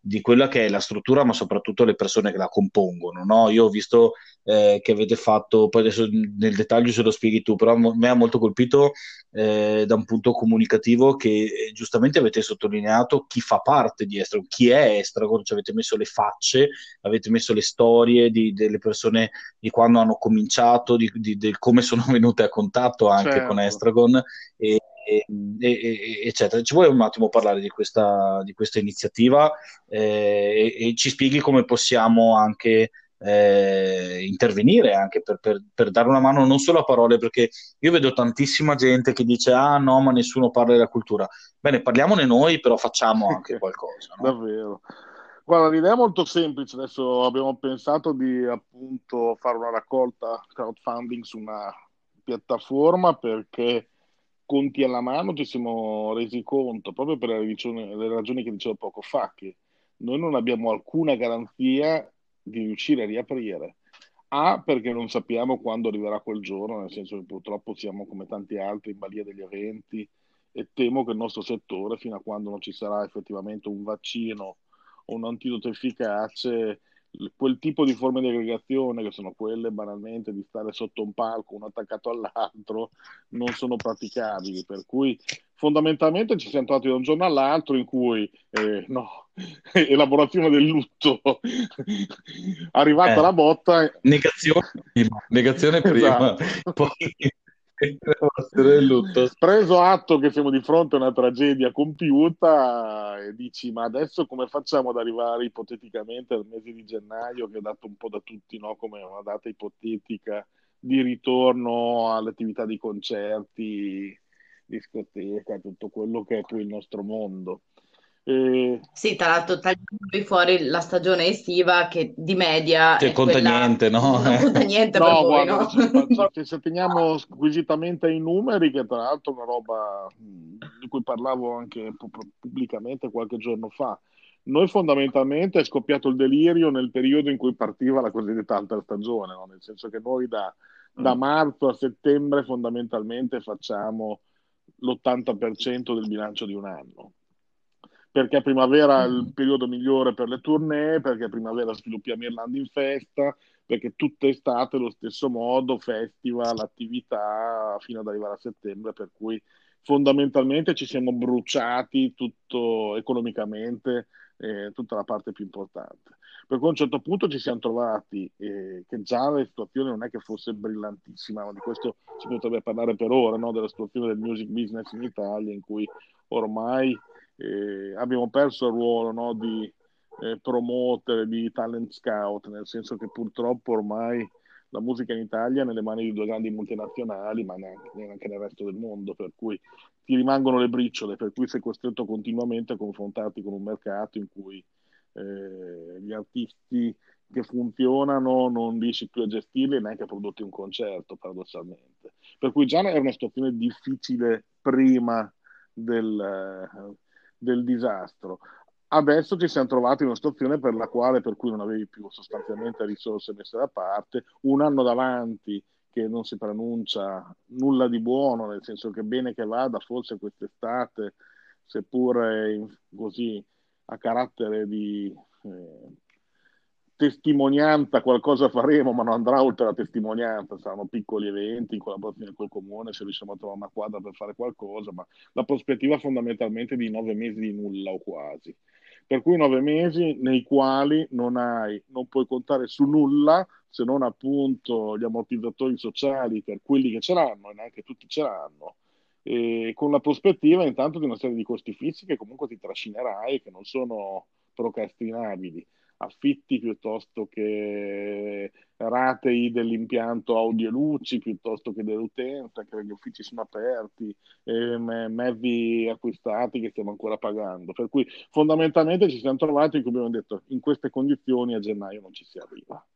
di quella che è la struttura, ma soprattutto le persone che la compongono, no? Io ho visto eh, che avete fatto, poi adesso nel dettaglio ce lo spieghi tu, però mo- mi ha molto colpito eh, da un punto comunicativo che eh, giustamente avete sottolineato chi fa parte di Estragon, chi è Estragon, ci avete messo le facce, avete messo le storie di- delle persone di quando hanno cominciato, di, di- del come sono venute a contatto anche con Certo. Estragon e, e- e- eccetera. Ci vuoi un attimo parlare di questa, di questa iniziativa eh, e, e ci spieghi come possiamo anche eh, intervenire anche per, per- per dare una mano non solo a parole, perché io vedo tantissima gente che dice ah no, ma nessuno parla della cultura. Bene, parliamone noi, però facciamo anche qualcosa, no? Davvero. Guarda, l'idea è molto semplice. Adesso abbiamo pensato di appunto fare una raccolta crowdfunding su una piattaforma perché conti alla mano ci siamo resi conto, proprio per le ragioni, le ragioni che dicevo poco fa, che noi non abbiamo alcuna garanzia di riuscire a riaprire. A, perché non sappiamo quando arriverà quel giorno, nel senso che purtroppo siamo come tanti altri in balia degli eventi e temo che il nostro settore, fino a quando non ci sarà effettivamente un vaccino o un antidoto efficace, l- quel tipo di forme di aggregazione, che sono quelle banalmente di stare sotto un palco uno attaccato all'altro, non sono praticabili. Per cui fondamentalmente ci siamo trovati da un giorno all'altro in cui, eh, no, elaborazione del lutto, arrivata Eh, la botta. negazione prima, negazione prima, Esatto. poi elaborazione del lutto. Preso atto che siamo di fronte a una tragedia compiuta, e dici, ma adesso come facciamo ad arrivare ipoteticamente al mese di gennaio, che è dato un po' da tutti, no? Come una data ipotetica di ritorno alle attività di concerti, discoteca, tutto quello che è poi il nostro mondo. E Sì, tra l'altro tagliando poi fuori la stagione estiva che di media Che è conta quella, niente, no? non conta niente per no, voi, guarda, no? se, se- se teniamo squisitamente ai numeri, che tra l'altro è una roba mh, di cui parlavo anche pu- pu- pubblicamente qualche giorno fa, noi fondamentalmente è scoppiato il delirio nel periodo in cui partiva la cosiddetta alta stagione, no? Nel senso che noi da, da Mm. marzo a settembre fondamentalmente facciamo l'ottanta per cento del bilancio di un anno. Perché a primavera è il Mm. periodo migliore per le tournée, perché a primavera sviluppiamo Irlanda in festa, perché tutta estate lo stesso modo, festival, attività, fino ad arrivare a settembre, per cui fondamentalmente ci siamo bruciati tutto economicamente, eh, tutta la parte più importante. Per cui a un certo punto ci siamo trovati eh, che già la situazione non è che fosse brillantissima, ma di questo si potrebbe parlare per ore, no? Della situazione del music business in Italia, in cui ormai eh, abbiamo perso il ruolo, no, di eh, promoter, di talent scout, nel senso che purtroppo ormai la musica in Italia è nelle mani di due grandi multinazionali, ma neanche, neanche nel resto del mondo, per cui ti rimangono le briciole, per cui sei costretto continuamente a confrontarti con un mercato in cui eh, gli artisti che funzionano non riesci più a gestirli e neanche a produrti un concerto, paradossalmente. Per cui già era una situazione difficile prima del, del disastro. Adesso ci siamo trovati in una situazione per la quale, per cui non avevi più sostanzialmente risorse messe da parte, un anno davanti che non si preannuncia nulla di buono, nel senso che bene che vada, forse quest'estate, seppure in- così a carattere di eh, testimonianza, qualcosa faremo, ma non andrà oltre la testimonianza, saranno piccoli eventi in collaborazione col comune, se riusciamo a trovare una quadra per fare qualcosa, ma la prospettiva fondamentalmente è di nove mesi di nulla o quasi. Per cui nove mesi nei quali non hai, non puoi contare su nulla se non appunto gli ammortizzatori sociali per quelli che ce l'hanno, e neanche tutti ce l'hanno, e con la prospettiva intanto di una serie di costi fissi che comunque ti trascinerai e che non sono procrastinabili, affitti piuttosto che ratei dell'impianto audio e luci, piuttosto che dell'utenza, che gli uffici sono aperti, e me- mezzi acquistati che stiamo ancora pagando. Per cui fondamentalmente ci siamo trovati in cui abbiamo detto in queste condizioni a gennaio non ci si arriva.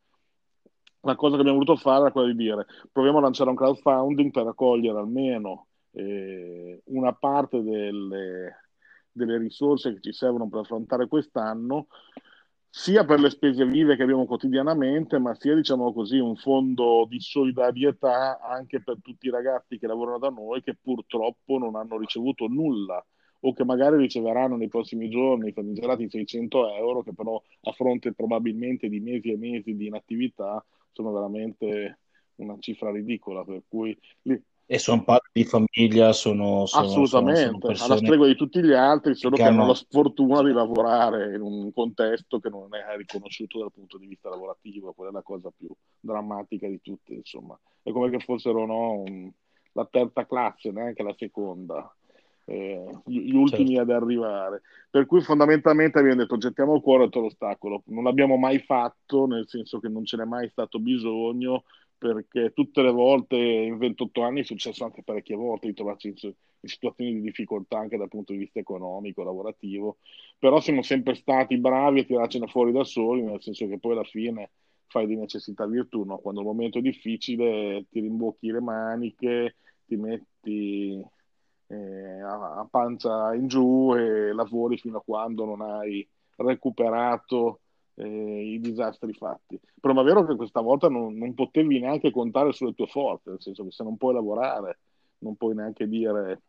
La cosa che abbiamo voluto fare è quella di dire proviamo a lanciare un crowdfunding per raccogliere almeno eh, una parte delle, delle risorse che ci servono per affrontare quest'anno, sia per le spese vive che abbiamo quotidianamente, ma sia, diciamo così, un fondo di solidarietà anche per tutti i ragazzi che lavorano da noi che purtroppo non hanno ricevuto nulla o che magari riceveranno nei prossimi giorni i famigerati seicento euro, che però a fronte probabilmente di mesi e mesi di inattività sono veramente una cifra ridicola, per cui lì E sono padri di famiglia, sono, sono, sono, sono assolutamente, alla persone stregua di tutti gli altri, solo che che hanno la hanno... sfortuna di lavorare in un contesto che non è riconosciuto dal punto di vista lavorativo. Quella è la cosa più drammatica di tutte, insomma. È come che fossero, no, un- la terza classe, neanche la seconda, eh, gli, gli ultimi Certo. ad arrivare. Per cui fondamentalmente abbiamo detto gettiamo il cuore oltre l'ostacolo. Non l'abbiamo mai fatto, nel senso che non ce n'è mai stato bisogno, perché tutte le volte in ventotto anni è successo anche parecchie volte di trovarci in, in situazioni di difficoltà anche dal punto di vista economico, lavorativo, però siamo sempre stati bravi a tirarcene fuori da soli, nel senso che poi alla fine fai di necessità virtù, no? Quando il momento è difficile ti rimbocchi le maniche, ti metti eh, a, a pancia in giù e lavori fino a quando non hai recuperato eh, i disastri fatti. Però è vero che questa volta non, non potevi neanche contare sulle tue forze, nel senso che se non puoi lavorare, non puoi neanche dire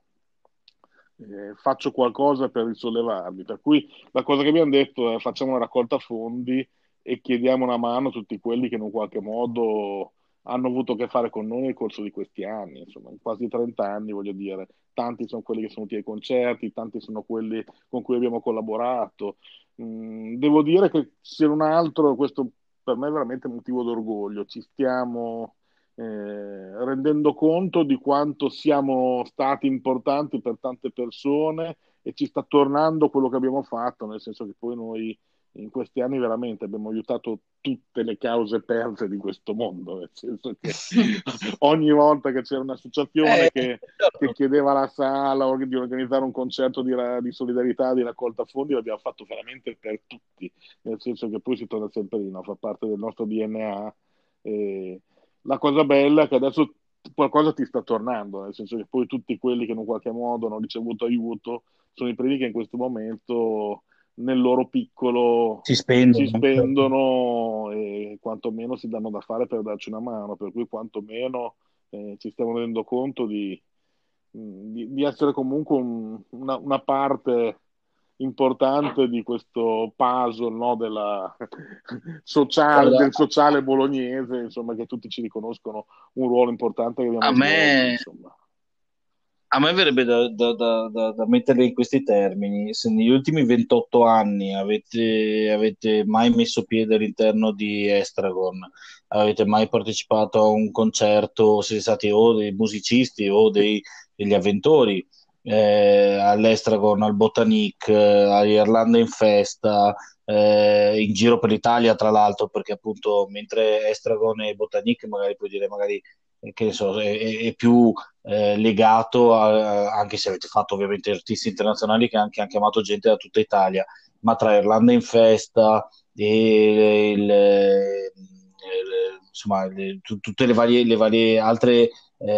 eh, faccio qualcosa per risollevarli. Per cui la cosa che abbiamo detto è facciamo una raccolta fondi e chiediamo una mano a tutti quelli che in un qualche modo hanno avuto a che fare con noi nel corso di questi anni, insomma, in quasi trenta anni, voglio dire, tanti sono quelli che sono venuti ai concerti, tanti sono quelli con cui abbiamo collaborato. Mm, devo dire che se non altro, questo per me è veramente un motivo d'orgoglio, ci stiamo eh, rendendo conto di quanto siamo stati importanti per tante persone e ci sta tornando quello che abbiamo fatto, nel senso che poi noi in questi anni veramente abbiamo aiutato tutte le cause perse di questo mondo, nel senso che ogni volta che c'era Eh, un'associazione che, che certo. chiedeva alla sala o di organizzare un concerto di, ra- di solidarietà, di raccolta fondi, l'abbiamo fatto veramente per tutti, nel senso che poi si torna sempre lì, no? Fa parte del nostro D N A. E la cosa bella è che adesso qualcosa ti sta tornando, nel senso che poi tutti quelli che in un qualche modo hanno ricevuto aiuto sono i primi che in questo momento nel loro piccolo Si si spendono, certo. spendono e quantomeno si danno da fare per darci una mano, per cui quantomeno eh, ci stiamo rendendo conto di, di- di essere comunque un- una, una parte importante di questo puzzle, no, della sociale, Guarda, del sociale bolognese, insomma, che tutti ci riconoscono un ruolo importante che a abbiamo svolto, me, insomma. a me verrebbe da, da, da, da, da metterle in questi termini. Se negli ultimi ventotto anni avete, avete mai messo piede all'interno di Estragon, avete mai partecipato a un concerto, siete stati o dei musicisti o dei- degli avventori eh, all'Estragon, al Botanic, eh, all'Irlanda in Festa, eh, in giro per l'Italia, tra l'altro, perché appunto mentre Estragon e Botanic magari puoi dire magari eh, che ne so, è, è- è più eh, legato a, anche se avete fatto ovviamente artisti internazionali che anche, hanno chiamato gente da tutta Italia, ma tra Irlanda in Festa e il, il- insomma, le- tu- tutte le varie, le varie altre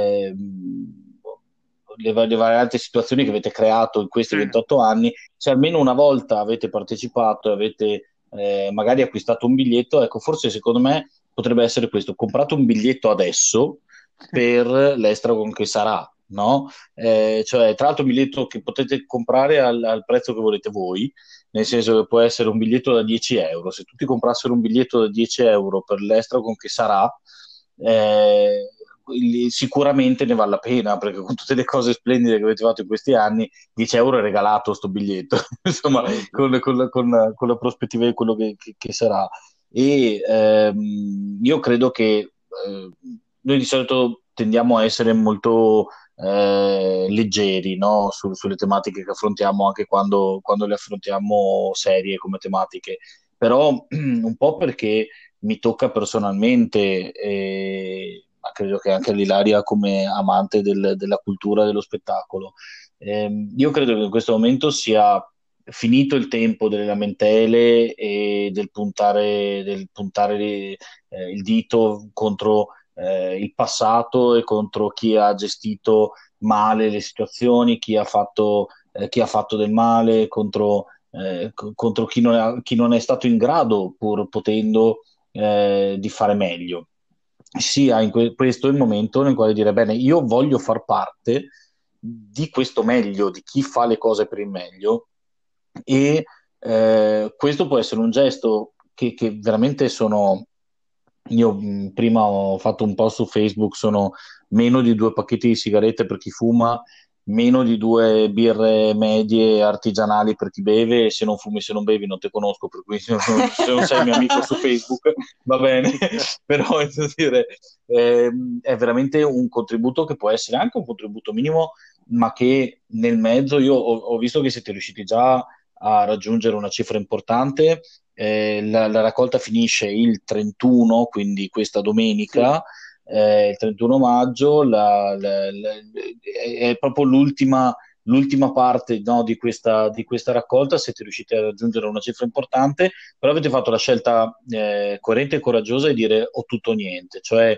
ehm, le, va- le varie altre situazioni che avete creato in questi Sì. ventotto anni, se almeno una volta avete partecipato e avete eh, magari acquistato un biglietto, ecco, forse secondo me potrebbe essere questo, comprate un biglietto adesso per l'Estragon che sarà, no? Eh, cioè, tra l'altro un biglietto che potete comprare al, al prezzo che volete voi, nel senso che può essere un biglietto da dieci euro. Se tutti comprassero un biglietto da dieci euro per l'Estragon che sarà, eh, sicuramente ne vale la pena, perché con tutte le cose splendide che avete fatto in questi anni, dieci euro è regalato sto biglietto, insomma, Certo. con, con, con, con la prospettiva di quello che, che, che sarà. E ehm, io credo che eh, noi di solito tendiamo a essere molto eh, leggeri, no? Su- sulle tematiche che affrontiamo, anche quando, quando le affrontiamo serie come tematiche, però un po' perché mi tocca personalmente, e, ma credo che anche l'Ilaria come amante del- della cultura e dello spettacolo. Ehm, io credo che in questo momento sia finito il tempo delle lamentele e del puntare, del puntare eh, il dito contro eh, il passato e contro chi ha gestito male le situazioni, chi ha fatto, eh, chi ha fatto del male, contro, eh, co- contro chi non è, chi non è stato in grado, pur potendo, eh, di fare meglio. Sia in que- questo è il momento nel quale dire, bene, io voglio far parte di questo meglio, di chi fa le cose per il meglio, e eh, questo può essere un gesto che, che veramente sono... Io mh, prima ho fatto un post su Facebook, sono meno di due pacchetti di sigarette per chi fuma, meno di due birre medie artigianali per chi beve, e se non fumi, se non bevi non te conosco, per cui se non, se non sei mio amico su Facebook va bene, però è, da dire, ehm, è veramente un contributo che può essere anche un contributo minimo, ma che nel mezzo io ho, ho visto che siete riusciti già a raggiungere una cifra importante. Eh, la, la raccolta finisce il trentuno, quindi questa Sì, domenica, eh, il trentuno maggio, la- la- la- è, è proprio l'ultima, l'ultima parte, no, di questa, di questa raccolta. Siete riusciti a raggiungere una cifra importante, però avete fatto la scelta eh, coerente e coraggiosa di dire o tutto o niente, cioè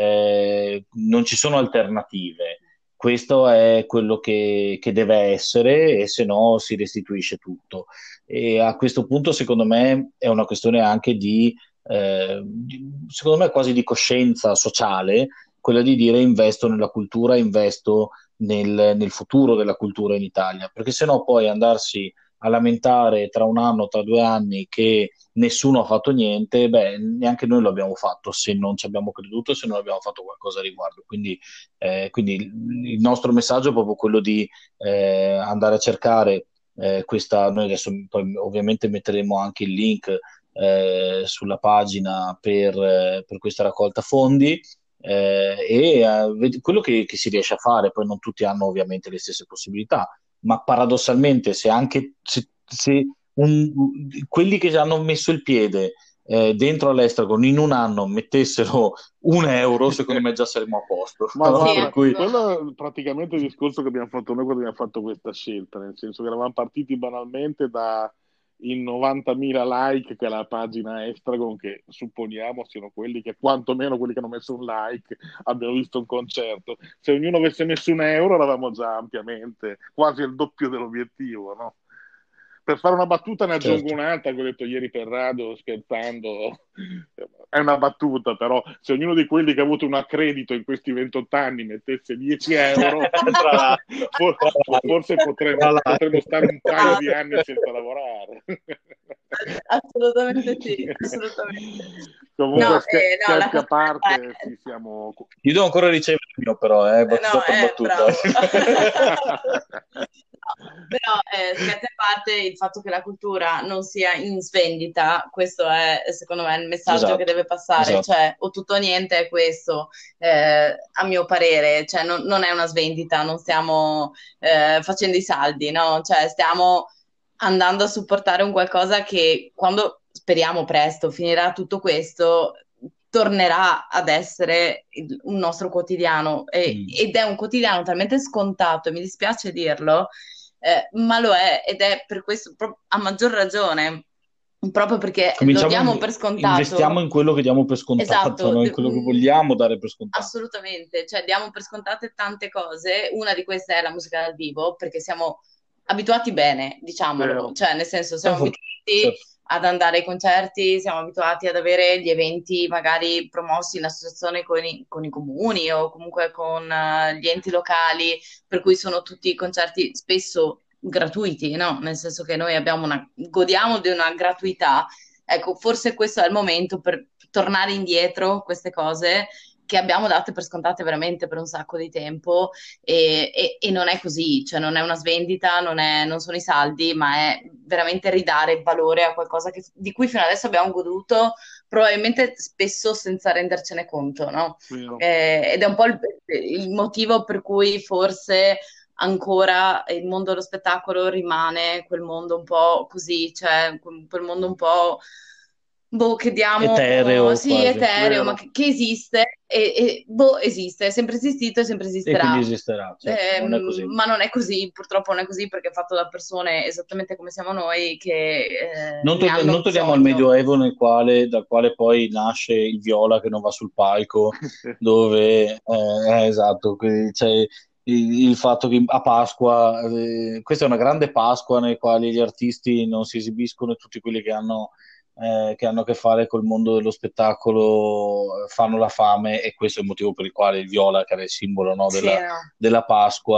eh, non ci sono alternative. Questo è quello che, che deve essere, e se no si restituisce tutto. E a questo punto, secondo me, è una questione anche di, eh, di- secondo me, quasi di coscienza sociale, quella di dire investo nella cultura, investo nel, nel futuro della cultura in Italia, perché se no poi andarsi a lamentare tra un anno, tra due anni che nessuno ha fatto niente, beh, neanche noi lo abbiamo fatto se non ci abbiamo creduto, se non abbiamo fatto qualcosa a riguardo. Quindi, eh, quindi il il nostro messaggio è proprio quello di eh, andare a cercare eh, questa. Noi adesso poi ovviamente metteremo anche il link eh, sulla pagina per, eh, per questa raccolta fondi, eh, e eh, ved- quello che, che si riesce a fare. Poi non tutti hanno ovviamente le stesse possibilità, ma paradossalmente se anche se, se un- quelli che hanno messo il piede eh, dentro all'Estragon in un anno mettessero un euro, secondo me già saremmo a posto. ma No? Sì, Per guarda, cui ecco. quello è praticamente il discorso che abbiamo fatto noi quando abbiamo fatto questa scelta, nel senso che eravamo partiti banalmente da i novantamila like che ha la pagina Estragon, che supponiamo siano quelli che, quantomeno quelli che hanno messo un like, abbiano visto un concerto. Se ognuno avesse messo un euro, eravamo già ampiamente, quasi il doppio dell'obiettivo, no? Per fare una battuta ne aggiungo certo. un'altra che ho detto ieri per radio, scherzando. È una battuta, però se ognuno di quelli che ha avuto un accredito in questi ventotto anni mettesse dieci euro, Tra l'altro, for- tra for- l'altro, forse tra potremmo, potremmo l'altro. stare un paio Ah, di anni senza lavorare. assolutamente sì, assolutamente. No, Comunque, scher- eh, no, la scherzi a cosa bella parte, è... sì, siamo... Io devo ancora ricevere il mio, però, eh, Eh, no, battuta per eh, battuta. bravo. No, però eh, scherzi a parte, il fatto che la cultura non sia in svendita, questo è secondo me il messaggio che Esatto, deve passare, esatto. cioè o tutto o niente è questo, eh, a mio parere, cioè non, non è una svendita, non stiamo eh, facendo i saldi, no? Cioè stiamo andando a supportare un qualcosa che quando speriamo presto finirà tutto questo, tornerà ad essere il- un nostro quotidiano e- Mm. ed è un quotidiano talmente scontato, e mi dispiace dirlo, eh, ma lo è ed è per questo pro- a maggior ragione, proprio perché lo Cominciamo, diamo per in- investiamo scontato. in quello che diamo per scontato, Esatto, no? In de- quello che mm, vogliamo dare per scontato. assolutamente, cioè diamo per scontate tante cose, una di queste è la musica dal vivo, perché siamo abituati bene, diciamolo, Vero. cioè nel senso siamo Certo, abituati certo. ad andare ai concerti, siamo abituati ad avere gli eventi magari promossi in associazione con i, con i comuni o comunque con eh, gli enti locali, per cui sono tutti concerti spesso gratuiti, no? Nel senso che noi abbiamo una, godiamo di una gratuità. Ecco, forse questo è il momento per tornare indietro queste cose che abbiamo date per scontate veramente per un sacco di tempo e, e- e non è così, cioè non è una svendita, non è- non sono i saldi, ma è veramente ridare valore a qualcosa che- di cui fino adesso abbiamo goduto, probabilmente spesso senza rendercene conto, no? Vero. Eh, ed è un po' il, il motivo per cui forse ancora il mondo dello spettacolo rimane quel mondo un po' così, cioè quel mondo un po' boh, che diamo, Etereo sì, quasi. etereo, ma Vero. che, che esiste e, e, boh, esiste, è sempre esistito e sempre E quindi esisterà. esisterà, certo, non è così. Ehm, ma non è così, purtroppo non è così perché è fatto da persone esattamente come siamo noi che eh, Non, ne tor- hanno non torniamo al bisogno. Medioevo nel quale, dal quale poi nasce il viola che non va sul palco, dove, eh, eh, esatto, quindi c'è il, il fatto che a Pasqua, eh, questa è una grande Pasqua nel quale gli artisti non si esibiscono, e tutti quelli che hanno, eh, che hanno a che fare col mondo dello spettacolo eh, fanno la fame, e questo è il motivo per il quale il viola, che era il simbolo, no, Sì, della, no. della Pasqua, Mm.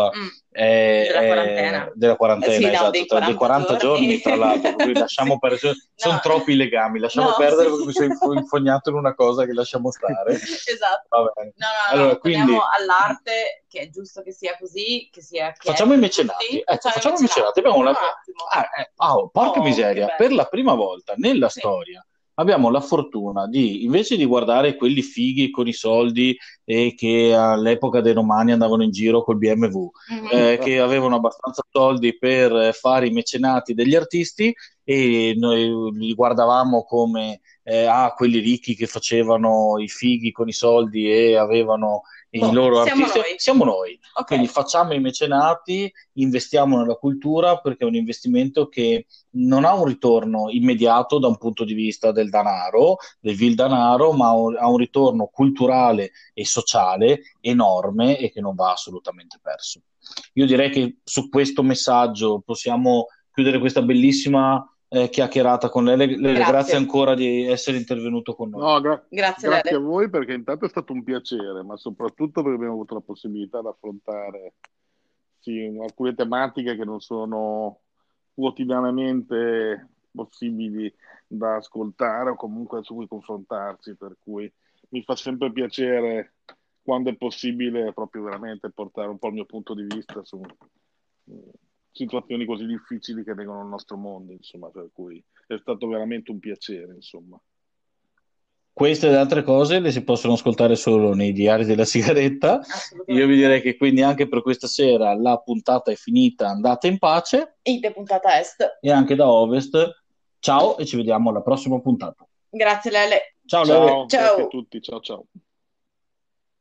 è- Della è- quarantena. della Eh quarantena, sì, no, esatto, dei tra- dei quaranta quaranta giorni, giorni. tra l'altro, per cui lasciamo Sì. perdere, sono No. troppi i legami, lasciamo No, perdere sì. perché mi sono info- infognato in una cosa che lasciamo stare. Esatto. Va bene. No, no, Allora, no, torniamo quindi all'arte, che è giusto che sia così, che sia che è facciamo i per mecenati. tutti. Ecco, Facciamo i facciamo i mecenati. mecenati, Abbiamo per la... un attimo. Ah, eh, oh, porca Oh, che miseria, per la bello. prima volta nella Sì. storia abbiamo la fortuna di, invece di guardare quelli fighi con i soldi e che all'epoca dei romani andavano in giro col B M W, Mhm. eh, che avevano abbastanza soldi per eh, fare i mecenati degli artisti e noi li guardavamo come eh, ah, quelli ricchi che facevano i fighi con i soldi e avevano i Boh, loro siamo artisti. noi. Siamo noi. Ok. Quindi facciamo i mecenati, investiamo nella cultura perché è un investimento che non ha un ritorno immediato da un punto di vista del denaro, del vil denaro, ma ha un ha un ritorno culturale e sociale enorme e che non va assolutamente perso. Io direi che su questo messaggio possiamo chiudere questa bellissima eh, chiacchierata con lei. Le- Lele, Grazie. grazie ancora di essere intervenuto con noi. No, gra- Grazie, grazie a Lele. voi perché intanto è stato un piacere, ma soprattutto perché abbiamo avuto la possibilità di affrontare sì, alcune tematiche che non sono quotidianamente possibili da ascoltare o comunque su cui confrontarsi, per cui mi fa sempre piacere quando è possibile proprio veramente portare un po' il mio punto di vista su eh, situazioni così difficili che vengono nel nostro mondo, insomma, per cui è stato veramente un piacere, insomma. Queste ed altre cose le si possono ascoltare solo nei diari della sigaretta. Io vi Assolutamente. direi che quindi anche per questa sera la puntata è finita, andate in pace Ite puntata est. e anche da Ovest. Ciao e ci vediamo alla prossima puntata. Grazie, Lele. Ciao Lele. Ciao, grazie a Ciao. tutti, ciao ciao.